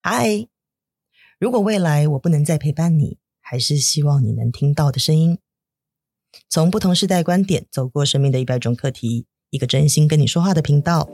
嗨，如果未来我不能再陪伴你，还是希望你能听到的声音。从不同世代观点走过生命的100种课题，一个真心跟你说话的频道。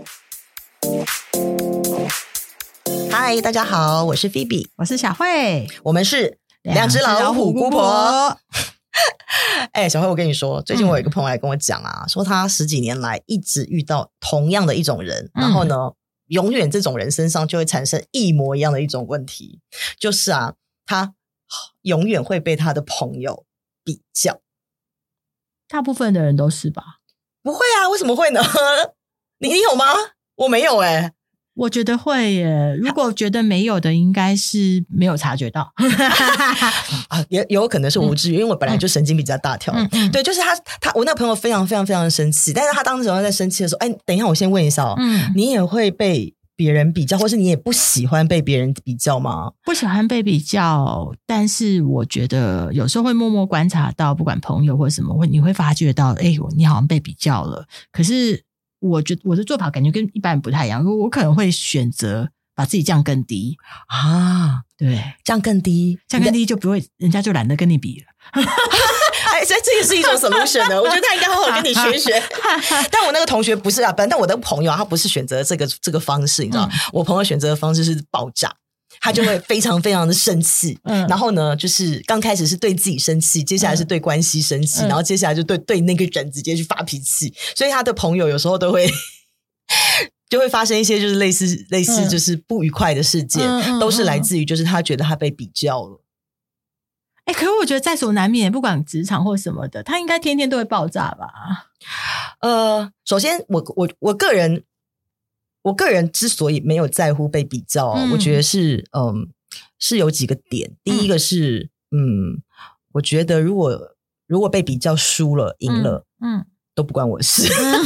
嗨，大家好，我是 Phoebe， 我是小慧， 我们是两只老虎姑婆。小慧，我跟你说，最近我有一个朋友来跟我讲啊，说他10几年来一直遇到同样的一种人，然后呢永远这种人身上就会产生一模一样的一种问题，就是啊，他永远会被他的朋友比较。 大部分的人都是吧？ 不会啊，为什么会呢？你有吗？我没有我觉得会耶。如果觉得没有的，应该是没有察觉到也有可能是无知，因为我本来就神经比较大条。对，就是我那个朋友非常非常非常生气，但是他当时在生气的时候，等一下我先问一下你也会被别人比较，或是你也不喜欢被别人比较吗？ 不喜欢被比较，但是我觉得有时候会默默观察到，不管朋友或什么，你会发觉到你好像被比较了。可是我觉得我的做法感觉跟一般人不太一样，我可能会选择把自己降更低啊。对，降更低就不会，人家就懒得跟你比了所以这个是一种 solution 的，我觉得他应该好好跟你学学。但我那个同学不是啊，但我的朋友他不是选择这个方式，你知道我朋友选择的方式是爆炸，他就会非常非常的生气然后呢就是刚开始是对自己生气，接下来是对关系生气然后接下来就对那个人直接去发脾气，所以他的朋友有时候都会就会发生一些就是类似就是不愉快的事件都是来自于就是他觉得他被比较了。 可是我觉得在所难免，不管职场或什么的，他应该天天都会爆炸吧？ 首先我个人之所以没有在乎被比较我觉得是有几个点。第一个是我觉得如果被比较输了赢了都不关我的事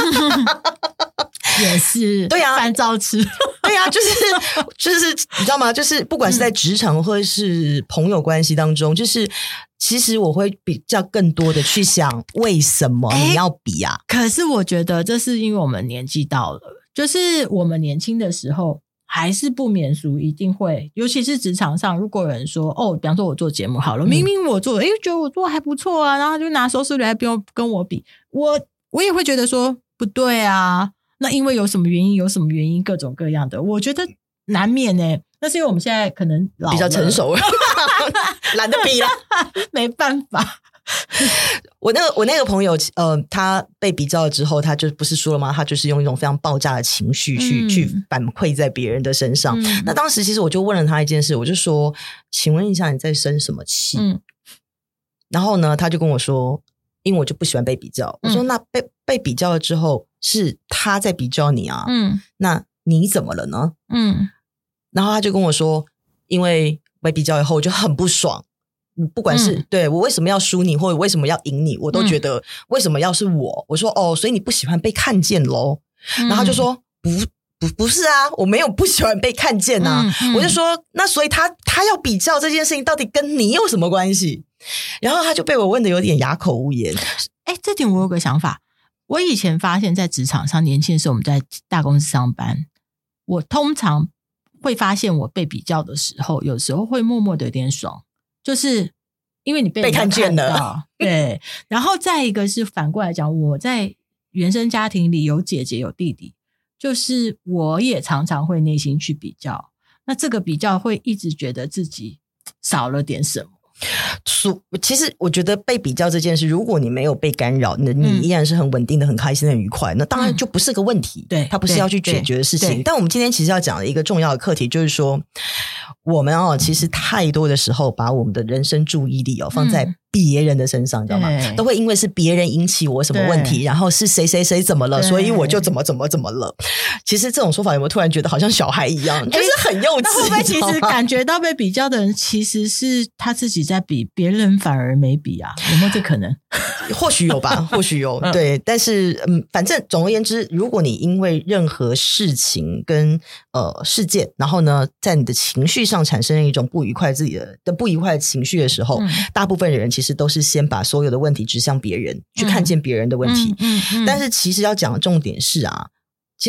也是对啊， 饭照吃对啊，就是你知道吗？就是不管是在职场或者是朋友关系当中就是其实我会比较更多的去想为什么你要比啊。 可是我觉得这是因为我们年纪到了，就是我们年轻的时候还是不免俗一定会，尤其是职场上如果有人说比方说我做节目好了明明我做觉得我做还不错啊，然后他就拿收视率来跟我比，我也会觉得说不对啊，那因为有什么原因各种各样的，我觉得难免那是因为我们现在可能老了比较成熟了懒得比了没办法我那个朋友他被比较了之后，他就不是说了吗？他就是用一种非常爆炸的情绪去反馈在别人的身上那当时其实我就问了他一件事，我就说请问一下你在生什么气然后呢他就跟我说因为我就不喜欢被比较我说那被比较了之后是他在比较你啊那你怎么了呢然后他就跟我说因为被比较以后我就很不爽，不管是对我为什么要输你或者为什么要赢你我都觉得为什么要是我说所以你不喜欢被看见咯然后他就说不是啊，我没有不喜欢被看见啊我就说那所以他要比较这件事情到底跟你有什么关系，然后他就被我问的有点哑口无言。 这点我有个想法，我以前发现在职场上年轻的时候我们在大公司上班，我通常会发现我被比较的时候有时候会默默的有点爽，就是因为你被看见了对，然后再一个是反过来讲，我在原生家庭里有姐姐有弟弟，就是我也常常会内心去比较，那这个比较会一直觉得自己少了点什么。 其实我觉得被比较这件事如果你没有被干扰你依然是很稳定的很开心的很愉快那当然就不是个问题对，它不是要去解决的事情。但我们今天其实要讲的一个重要的课题就是说我们其实太多的时候把我们的人生注意力放在别人的身上你知道吗？都会因为是别人引起我什么问题然后是谁谁谁怎么了所以我就怎么了。其实这种说法有没有突然觉得好像小孩一样就是很幼稚。 那会不会其实感觉到被比较的人其实是他自己在比，别人反而没比啊？有没有这可能？ 或许有吧或许有对，但是反正总而言之如果你因为任何事情跟事件然后呢在你的情绪上产生一种不愉快自己的不愉快的情绪的时候大部分的人其实都是先把所有的问题指向别人去看见别人的问题但是其实要讲的重点是其实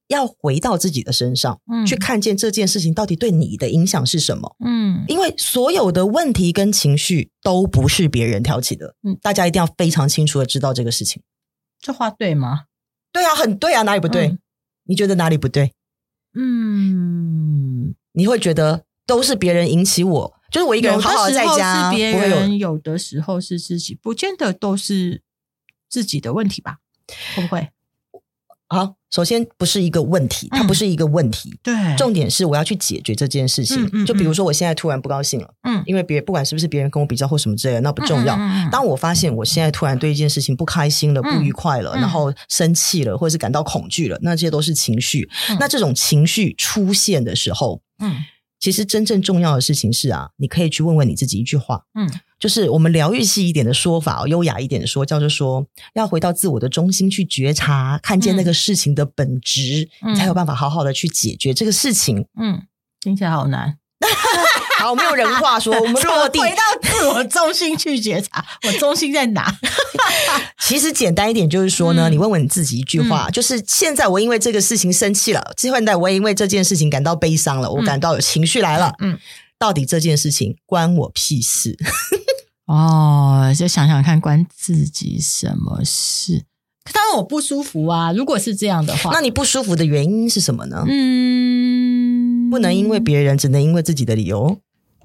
要回到自己的身上，去看见这件事情到底对你的影响是什么。因为所有的问题跟情绪都不是别人挑起的，大家一定要非常清楚的知道这个事情。 这话对吗？ 对啊，很对啊，哪里不对？你觉得哪里不对？你会觉得都是别人引起我，就是我一个人好好在家， 有的时候是别人，有的时候是自己，不见得都是自己的问题吧？会不会？ 好，首先不是一个问题，它不是一个问题。 对， 重点是我要去解决这件事情。就比如说我现在突然不高兴了，因为不管是不是别人跟我比较或什么之类的，那不重要。当我发现我现在突然对一件事情不开心了、不愉快了，然后生气了，或者是感到恐惧了，那这些都是情绪。那这种情绪出现的时候，其实真正重要的事情是啊，你可以去问问你自己一句话，就是我们疗愈系一点的说法，优雅一点的说，叫做说要回到自我的中心去觉察，看见那个事情的本质，你才有办法好好的去解决这个事情。 听起来好难。 好，没有人话说，我们落地回到自我中心去觉察，我中心在哪？ 其实简单一点就是说呢，你问问你自己一句话，就是现在我因为这个事情生气了，现在我也因为这件事情感到悲伤了，我感到有情绪来了，到底这件事情关我屁事？ 就想想看关自己什么事。当然我不舒服啊，如果是这样的话， 那你不舒服的原因是什么呢？不能因为别人，只能因为自己的理由。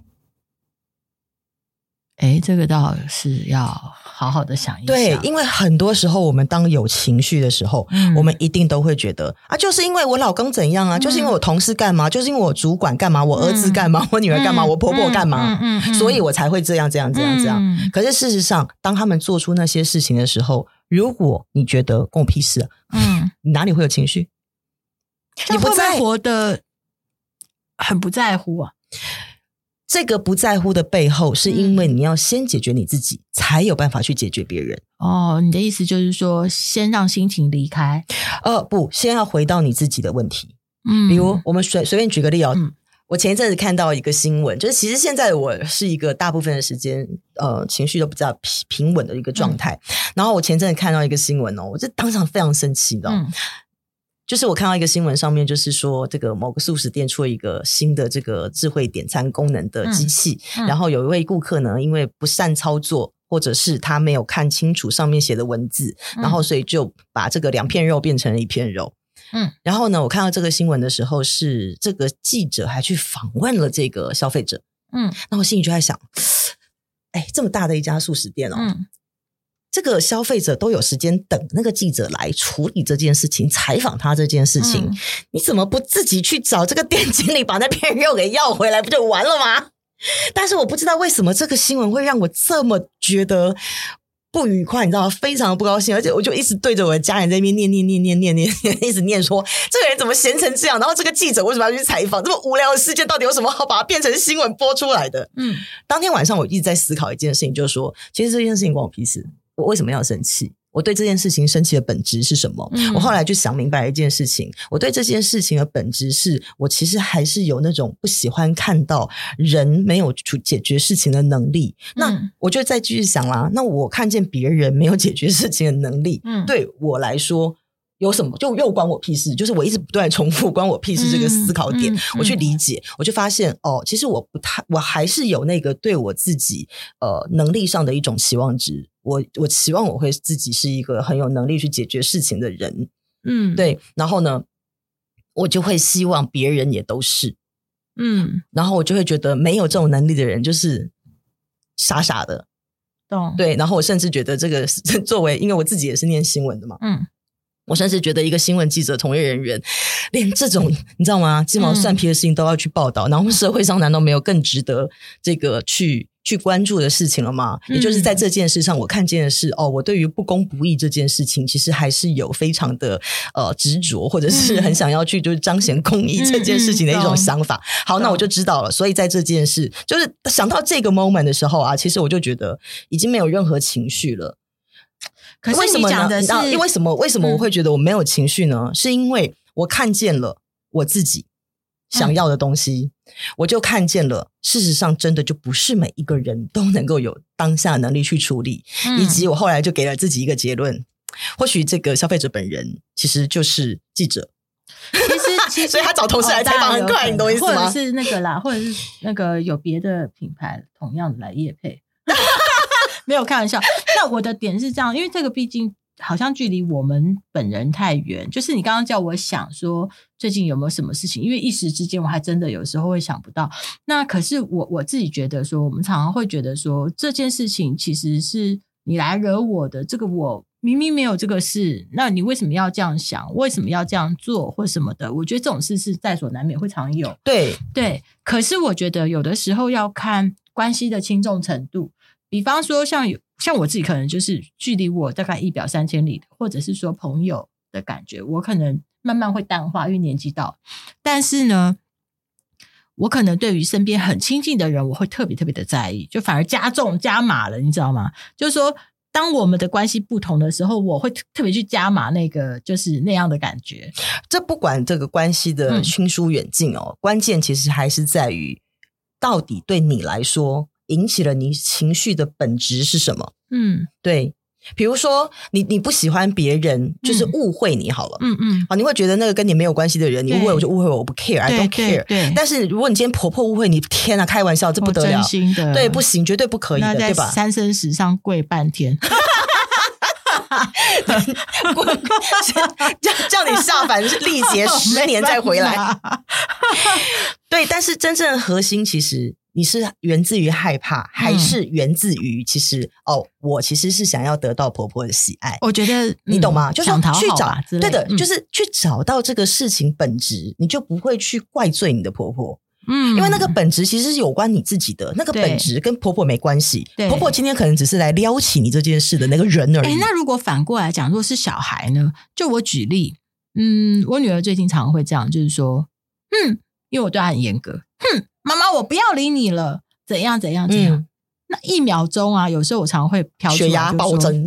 这个倒是要好好的想一想。 对，因为很多时候我们当有情绪的时候，我们一定都会觉得啊，就是因为我老公怎样啊，就是因为我同事干嘛，就是因为我主管干嘛，我儿子干嘛，我女儿干嘛，我婆婆干嘛，所以我才会这样。可是事实上，当他们做出那些事情的时候，如果你觉得关我屁事你哪里会有情绪？ 你不在活得很不在乎啊。 这个不在乎的背后，是因为你要先解决你自己，才有办法去解决别人。 你的意思就是说，先让心情离开？ 不，先要回到你自己的问题。比如我们随便举个例我前一阵子看到一个新闻，就是其实现在我是一个大部分的时间情绪都比较平稳的一个状态。然后我前阵子看到一个新闻我就当场非常生气的。就是我看到一个新闻上面，就是说这个某个素食店出了一个新的这个智慧点餐功能的机器，然后有一位顾客呢，因为不善操作，或者是他没有看清楚上面写的文字，然后所以就把这个2片肉变成了1片肉。然后呢，我看到这个新闻的时候，是这个记者还去访问了这个消费者。那我心里就在想，这么大的一家素食店这个消费者都有时间等那个记者来处理这件事情，采访他这件事情，你怎么不自己去找这个店经理把那片肉给要回来，不就完了吗？但是我不知道为什么这个新闻会让我这么觉得不愉快，你知道吗？非常不高兴，而且我就一直对着我的家人在那边念，一直念说这个人怎么闲成这样，然后这个记者为什么要去采访，这么无聊的事件到底有什么好把它变成新闻播出来的？当天晚上我一直在思考一件事情，就是说其实这件事情关我屁事，我为什么要生气？我对这件事情生气的本质是什么？我后来就想明白一件事情，我对这件事情的本质是我其实还是有那种不喜欢看到人没有去解决事情的能力。那我就再继续想啦，那我看见别人没有解决事情的能力，对我来说有什么就又关我屁事，就是我一直不断重复关我屁事这个思考点，我去理解，我就发现其实我还是有那个对我自己能力上的一种期望值，我期望我会自己是一个很有能力去解决事情的人，对，然后呢我就会希望别人也都是，然后我就会觉得没有这种能力的人就是傻傻的，对，然后我甚至觉得这个作为，因为我自己也是念新闻的嘛，我甚至觉得一个新闻记者从业人员连这种你知道吗鸡毛蒜皮的事情都要去报道，然后社会上难道没有更值得这个去关注的事情了吗？也就是在这件事上我看见的是我对于不公不义这件事情其实还是有非常的执着，或者是很想要去就是彰显公义这件事情的一种想法。好，那我就知道了。所以在这件事就是想到这个 moment 的时候啊，其实我就觉得已经没有任何情绪了。可是你讲的是为什么我会觉得我没有情绪呢？是因为我看见了我自己想要的东西，我就看见了事实上真的就不是每一个人都能够有当下能力去处理，以及我后来就给了自己一个结论，或许这个消费者本人其实就是记者， 其实所以他找同事来采访很快，你懂我意思吗？ 或者是那个啦，或者是那个有别的品牌同样的来业配，没有开玩笑。那我的点是这样，因为这个毕竟好像距离我们本人太远，就是你刚刚叫我想说最近有没有什么事情，因为一时之间我还真的有时候会想不到。那可是我自己觉得说，我们常常会觉得说这件事情其实是你来惹我的，这个我明明没有这个事，那你为什么要这样想？为什么要这样做或什么的？我觉得这种事是在所难免，会常有。 对， 可是我觉得有的时候要看关系的轻重程度，比方说像我自己可能就是距离我大概1表3千里的，或者是说朋友的感觉，我可能慢慢会淡化，因为年纪到。但是呢，我可能对于身边很亲近的人，我会特别特别的在意，就反而加码了，你知道吗？就是说当我们的关系不同的时候，我会特别去加码那个就是那样的感觉。 这不管这个关系的亲疏远近关键其实还是在于到底对你来说引起了你情绪的本质是什么。对，比如说你不喜欢别人就是误会你好了，你会觉得那个跟你没有关系的人，你误会我就误会我不 care， I don't care。 对，但是如果你今天婆婆误会你，天啊，开玩笑，这不得了， 真心的， 对，不行，绝对不可以的，对吧？ 三生石上跪半天叫你下凡历劫10年再回来对，但是真正的核心其实你是源自于害怕，还是源自于其实我其实是想要得到婆婆的喜爱。 我觉得你懂吗？就是去找，对的，就是去找到这个事情本质，你就不会去怪罪你的婆婆。因为那个本质其实是有关你自己的，那个本质跟婆婆没关系。婆婆今天可能只是来撩起你这件事的那个人而已。 那如果反过来讲，如果是小孩呢？就我举例，我女儿最近常会这样，就是说，因为我对她很严格，妈妈我不要理你了，怎样。那1秒钟啊，有时候我常会飘出来， 血压暴增。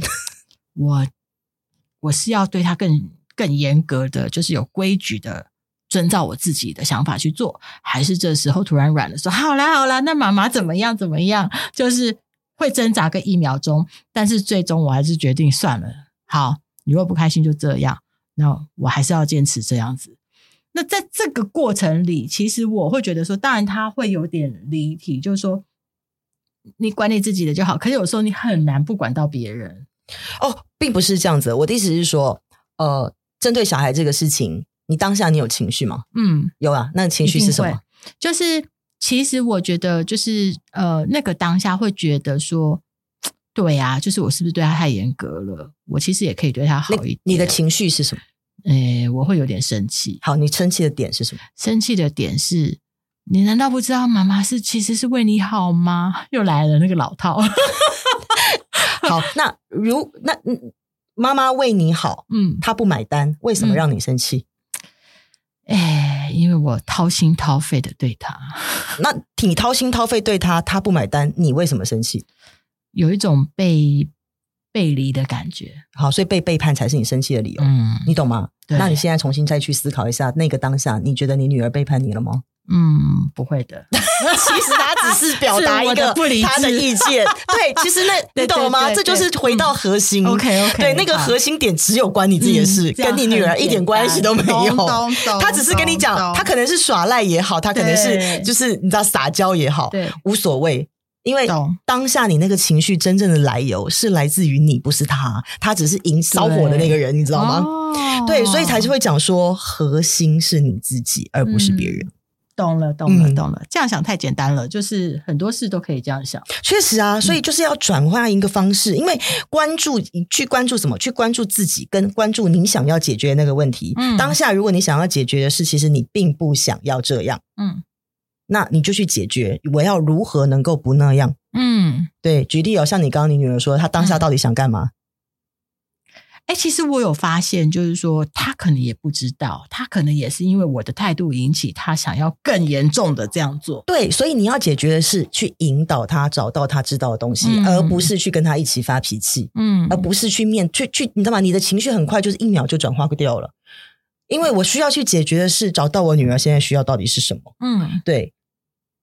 我是要对她更严格的，就是有规矩的遵照我自己的想法去做，还是这时候突然软了说好啦，那妈妈怎么样，就是会挣扎个1秒钟，但是最终我还是决定算了，好，你如果不开心就这样，那我还是要坚持这样子。那在这个过程里，其实我会觉得说，当然他会有点离题，就是说你管你自己的就好，可是有时候你很难不管到别人。 并不是这样子，我的意思是说针对小孩这个事情，你当下你有情绪吗？有啊。那情绪是什么？ 就是其实我觉得就是那个当下会觉得说，对啊，就是我是不是对他太严格了，我其实也可以对他好一点。 你的情绪是什么？ 我会有点生气。 好，你生气的点是什么？ 生气的点是，你难道不知道妈妈其实是为你好吗？又来了那个老套。 好，那妈妈为你好，她不买单，为什么让你生气？ 因为我掏心掏肺的对她。 那你掏心掏肺对她，她不买单，你为什么生气？ 有一种被离的感觉。 好，所以被背叛才是你生气的理由。你懂吗？那你现在重新再去思考一下，那个当下你觉得你女儿背叛你了吗？ 不会的。 其实他只是表达一个他的意见。对，其实你懂了吗？这就是回到核心。 OK， 对，那个核心点只有关你自己的事，跟你女儿一点关系都没有。他只是跟你讲，他可能是耍赖也好，他可能是就是你知道撒娇也好，无所谓。因为当下你那个情绪真正的来由是来自于你，不是他只是引烧火的那个人，你知道吗？对，所以才是会讲说核心是你自己，而不是别人。 懂了。这样想太简单了，就是很多事都可以这样想。 确实啊，所以就是要转换一个方式，因为去关注什么？去关注自己，跟关注你想要解决的那个问题。当下如果你想要解决的是，其实你并不想要这样。那你就去解决，我要如何能够不那样。对，举例像你刚刚你女儿说她当下到底想干嘛。 其实我有发现，就是说她可能也不知道，她可能也是因为我的态度引起她想要更严重的这样做。对， 所以你要解决的是去引导她找到她知道的东西，而不是去跟她一起发脾气。而不是去你知道吗？你的情绪很快就是1秒就转化掉了。因为我需要去解决的是找到我女儿现在需要到底是什么。对。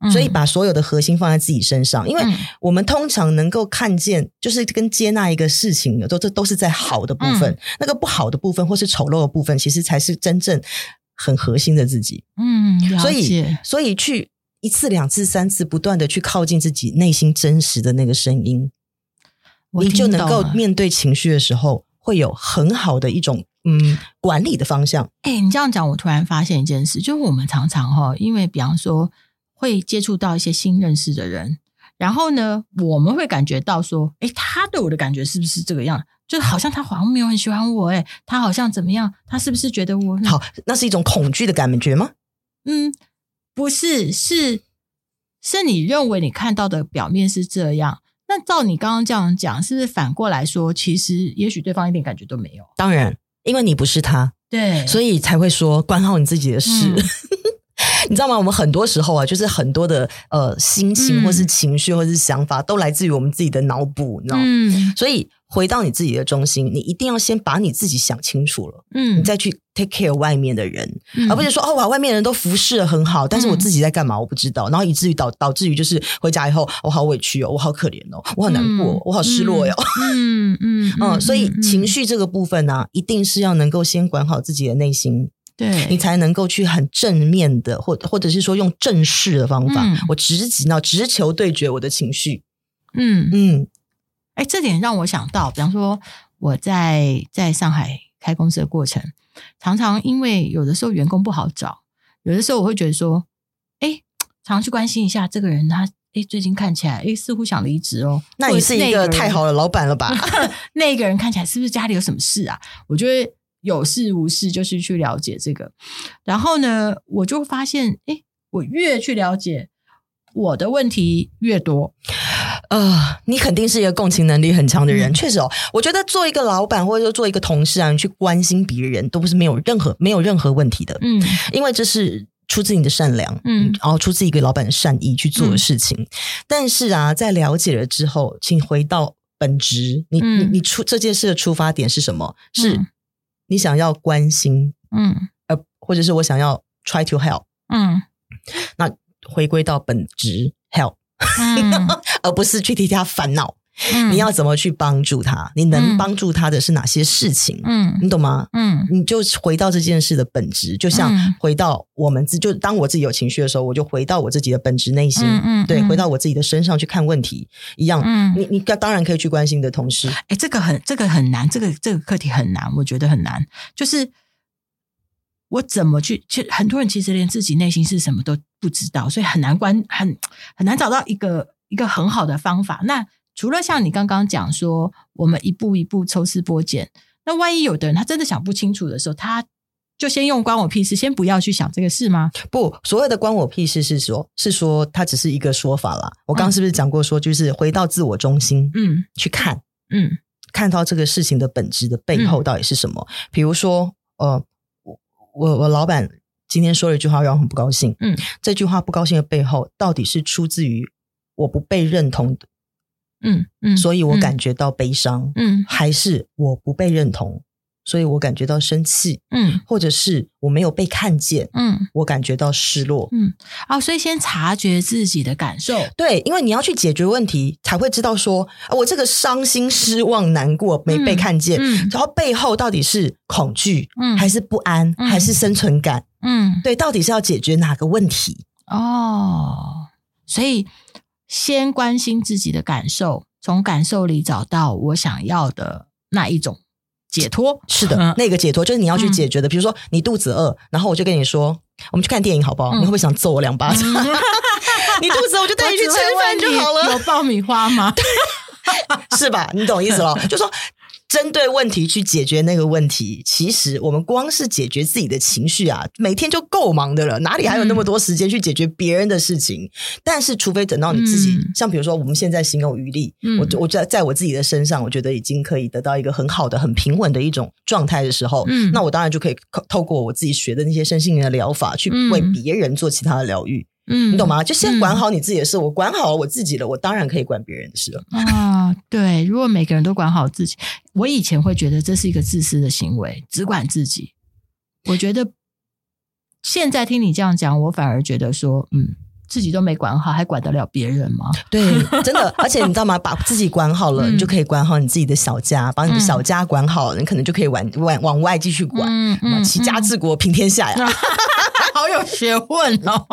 所以把所有的核心放在自己身上，因为我们通常能够看见就是跟接纳一个事情的这都是在好的部分，那个不好的部分或是丑陋的部分其实才是真正很核心的自己。 了解。 所以去1次2次3次不断的去靠近自己内心真实的那个声音，你就能够面对情绪的时候会有很好的一种管理的方向。 你这样讲我突然发现一件事，就是我们常常因为比方说会接触到一些新认识的人，然后呢我们会感觉到说他对我的感觉是不是这个样，就是好像他好像没有很喜欢我，他好像怎么样，他是不是觉得我好，那是一种恐惧的感觉吗？ 不是，是你认为你看到的表面是这样，那照你刚刚这样讲，是不是反过来说其实也许对方一点感觉都没有？ 当然，因为你不是他， 对， 所以才会说管好你自己的事。你知道吗？我们很多时候啊，就是很多的心情或是情绪或是想法都来自于我们自己的脑补，你知道吗？所以回到你自己的中心，你一定要先把你自己想清楚了，你再去 take care 外面的人，而不是说哇，外面的人都服侍得很好，但是我自己在干嘛我不知道，然后以至于导致于就是回家以后我好委屈哦，我好可怜哦，我好难过，我好失落哟。所以情绪这个部分呢，一定是要能够先管好自己的内心。 对， 你才能够去很正面的或者是说用正式的方法，我直球对决我的情绪。 这点让我想到，比方说我在上海开公司的过程，常常因为有的时候员工不好找，有的时候我会觉得说常常去关心一下这个人，他最近看起来似乎想离职哦， 那你是一个太好的老板了吧？ 那个人看起来是不是家里有什么事啊？我觉得有事无事就是去了解这个，然后呢我就发现我越去了解我的问题越多。 你肯定是一个共情能力很强的人。确实我觉得做一个老板或者说做一个同事啊，你去关心别人都不是没有任何问题的。因为这是出自你的善良，然后出自一个老板的善意去做的事情。但是啊，在了解了之后，请回到本质，你这件事的出发点是什么？是你想要关心，或者是我想要 try to help，那回归到本质 help，而不是去替他烦恼。你要怎么去帮助他？你能帮助他的是哪些事情？你懂吗？你就回到这件事的本质，就像回到就当我自己有情绪的时候，我就回到我自己的本质内心，对，回到我自己的身上去看问题一样。你当然可以去关心你的同事。 这个很难，这个课题很难，我觉得很难。就是我怎么去，很多人其实连自己内心是什么都不知道，所以很难找到一个很好的方法。那除了像你刚刚讲说我们一步一步抽丝剥茧，那万一有的人他真的想不清楚的时候，他就先用关我屁事，先不要去想这个事吗？ 不，所谓的关我屁事是说它只是一个说法啦。我刚刚是不是讲过说就是回到自我中心去看，看到这个事情的本质的背后到底是什么。比如说我老板今天说了一句话让我很不高兴，这句话不高兴的背后到底是出自于我不被认同的，所以我感觉到悲伤，还是我不被认同，所以我感觉到生气，或者是我没有被看见，我感觉到失落， 所以先察觉自己的感受。 对，因为你要去解决问题才会知道说我这个伤心失望难过没被看见，然后背后到底是恐惧，还是不安，还是生存感，对，到底是要解决哪个问题。 所以先关心自己的感受，从感受里找到我想要的那一种解脱。 是的，那个解脱就是你要去解决的。比如说你肚子饿，然后我就跟你说我们去看电影好不好？你会不会想揍我2巴掌？你肚子饿我就带你去吃饭就好了。 有爆米花吗？ 是吧？你懂意思了。就说针对问题去解决那个问题，其实我们光是解决自己的情绪啊，每天就够忙的了，哪里还有那么多时间去解决别人的事情？但是除非等到你自己，像比如说我们现在心有余力，我在我自己的身上，我觉得已经可以得到一个很好的很平稳的一种状态的时候，那我当然就可以透过我自己学的那些身心灵的疗法去为别人做其他的疗愈。你懂吗？就先管好你自己的事，我管好了我自己了，我当然可以管别人的事了。 对，如果每个人都管好自己，我以前会觉得这是一个自私的行为，只管自己。我觉得现在听你这样讲，我反而觉得说自己都没管好，还管得了别人吗？ 对，真的，而且你知道吗？把自己管好了，你就可以管好你自己的小家，把你的小家管好，你可能就可以往外继续管，齐家治国平天下呀。 好有学问哦。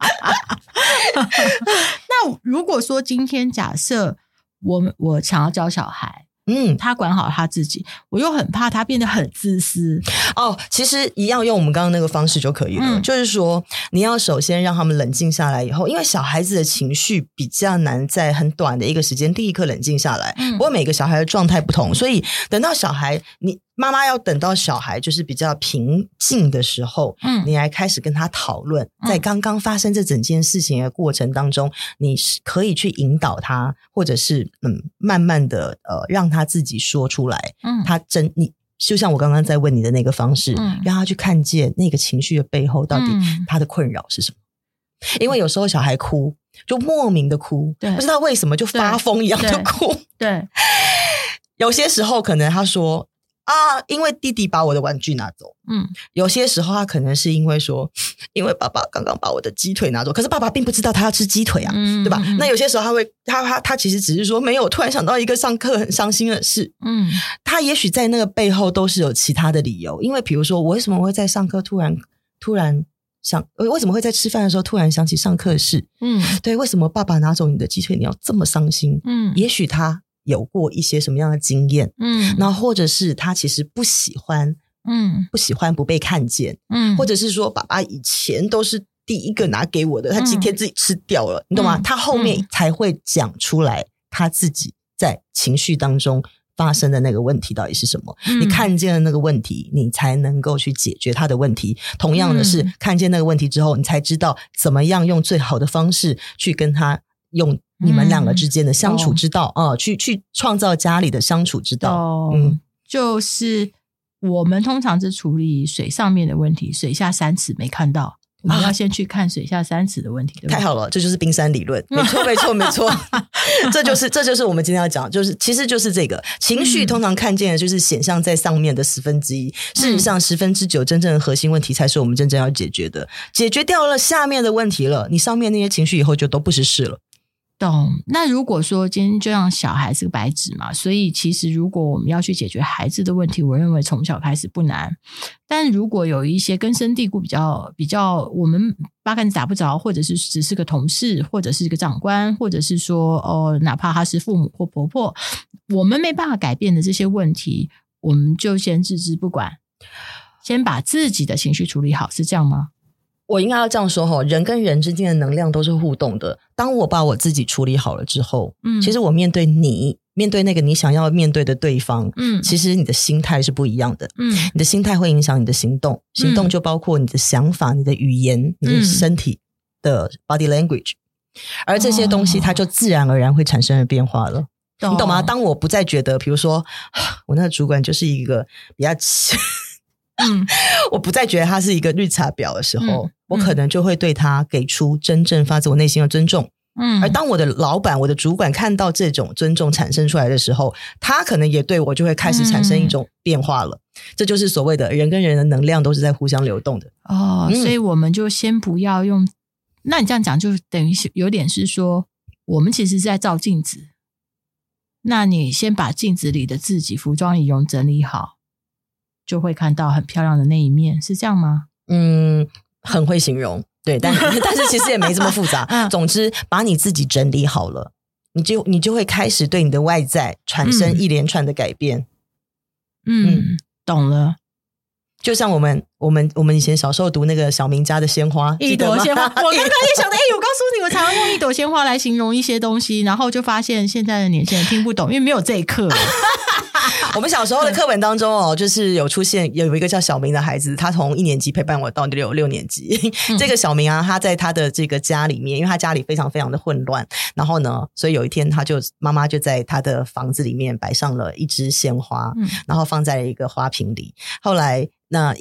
那如果说今天假设我想要教小孩，他管好他自己，我又很怕他变得很自私。 其实一样用我们刚刚那个方式就可以了，就是说你要首先让他们冷静下来以后，因为小孩子的情绪比较难在很短的一个时间立刻冷静下来，不过每个小孩的状态不同，所以等到小孩妈妈要等到小孩就是比较平静的时候，你来开始跟他讨论，在刚刚发生这整件事情的过程当中，你可以去引导他，或者是慢慢的让他自己说出来，你就像我刚刚在问你的那个方式，让他去看见那个情绪的背后到底他的困扰是什么。因为有时候小孩哭就莫名的哭，不知道为什么就发疯一样的哭，对，有些时候可能他说因为弟弟把我的玩具拿走，有些时候他可能是因为说，因为爸爸刚刚把我的鸡腿拿走，可是爸爸并不知道他要吃鸡腿啊，对吧？那有些时候他其实只是说没有，突然想到一个上课很伤心的事，他也许在那个背后都是有其他的理由，因为比如说我为什么会在上课突然想，为什么会在吃饭的时候突然想起上课的事？对，为什么爸爸拿走你的鸡腿你要这么伤心？也许他有过一些什么样的经验，那或者是他其实不喜欢不被看见，或者是说爸爸以前都是第一个拿给我的，他今天自己吃掉了，你懂吗？他后面才会讲出来他自己在情绪当中发生的那个问题到底是什么，你看见了那个问题，你才能够去解决他的问题。同样的是，看见那个问题之后，你才知道怎么样用最好的方式去跟他用你们两个之间的相处之道，去创造家里的相处之道。 就是我们通常是处理水上面的问题，水下3尺没看到，我们要先去看水下3尺的问题。 太好了，这就是冰山理论，没错没错没错。这就是我们今天要讲，其实就是这个情绪通常看见的就是显象在上面的1/10，事实上9%真正的核心问题才是我们真正要解决的。解决掉了下面的问题了，你上面那些情绪以后就都不是事了。 懂。那如果说今天就让小孩是个白纸嘛，所以其实如果我们要去解决孩子的问题，我认为从小开始不难。但如果有一些根深蒂固比较我们八竿子打不着，或者是只是个同事，或者是一个长官，或者是说哪怕他是父母或婆婆，我们没办法改变的这些问题，我们就先置之不管，先把自己的情绪处理好，是这样吗？ 我应该要这样说，人跟人之间的能量都是互动的。当我把我自己处理好了之后，其实我面对那个你想要面对的对方，其实你的心态是不一样的。你的心态会影响你的行动，行动就包括你的想法、你的语言、你的身体的 body language，而这些东西它就自然而然会产生了变化了。你懂吗？当我不再觉得，比如说我那个主管就是一个比较我不再觉得他是一个绿茶婊的时候，我可能就会对他给出真正发自我内心的尊重。而当我的老板、我的主管看到这种尊重产生出来的时候，他可能也对我就会开始产生一种变化了。这就是所谓的人跟人的能量都是在互相流动的。 所以我们就先不要用，那你这样讲就等于有点是说我们其实是在照镜子，那你先把镜子里的自己服装仪容整理好，就会看到很漂亮的那一面，是这样吗？ 很会形容，对，但是其实也没这么复杂。总之，把你自己整理好了，你就会开始对你的外在产生一连串的改变。 懂了。 就像我们以前小时候读那个小明家的鲜花， 一朵鲜花，我刚刚也想的，我告诉你，我常常用一朵鲜花来形容一些东西，然后就发现现在的年轻人听不懂，因为没有这一课。 我们小时候的课本当中就是有出现有一个叫小明的孩子，他从1年级陪伴我到6年级。这个小明啊，他在他的这个家里面，因为他家里非常非常的混乱，然后呢，所以有一天妈妈就在他的房子里面摆上了一支鲜花，然后放在了一个花瓶里。后来那因为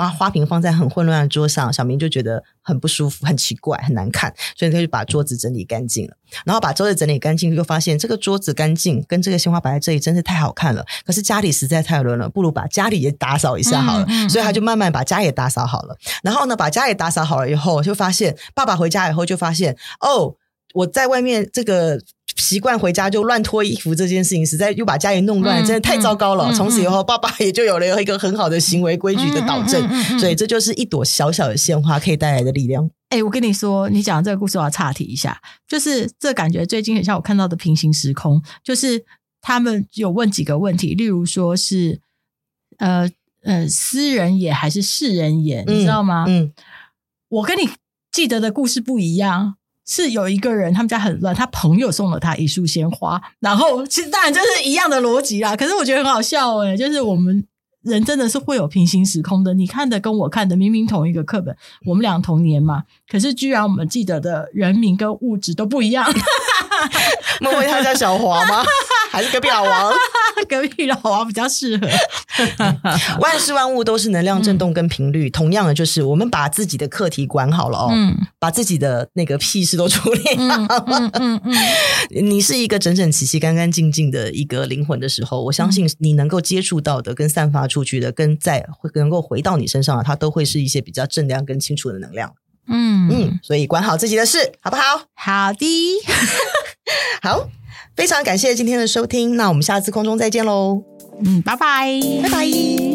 把花瓶放在很混乱的桌上，小明就觉得很不舒服，很奇怪，很难看，所以他就把桌子整理干净了。然后把桌子整理干净，就发现这个桌子干净跟这个鲜花摆在这里真是太好看了，可是家里实在太乱了，不如把家里也打扫一下好了。所以他就慢慢把家也打扫好了。然后呢，把家也打扫好了以后，就发现爸爸回家以后就发现，哦，我在外面这个习惯回家就乱脱衣服这件事情，实在又把家里弄乱，真的太糟糕了。从此以后，爸爸也就有了一个很好的行为规矩的导正。所以这就是一朵小小的鲜花可以带来的力量。 我跟你说，你讲这个故事我要岔题一下，就是这感觉最近很像我看到的平行时空，就是他们有问几个问题，例如说是私人野还是世人野，你知道吗？我跟你记得的故事不一样，是有一个人他们家很乱，他朋友送了他一束鲜花，然后其实当然就是一样的逻辑啦，可是我觉得很好笑就是我们人真的是会有平行时空的，你看的跟我看的明明同一个课本，我们俩同年嘛，可是居然我们记得的人名跟物质都不一样。 莫非他叫小华吗？还是隔壁老王？ 隔壁老王比较适合。 万事万物都是能量振动跟频率，同样的就是我们把自己的课题管好了把自己的那个屁事都处理好你是一个整整齐齐干干净净的一个灵魂的时候，我相信你能够接触到的跟散发出去的跟再能够回到你身上的，它都会是一些比较正量跟清楚的能量。所以管好自己的事好不好？ 好的。 好，非常感谢今天的收听，那我们下次空中再见咯。 拜拜。 拜拜。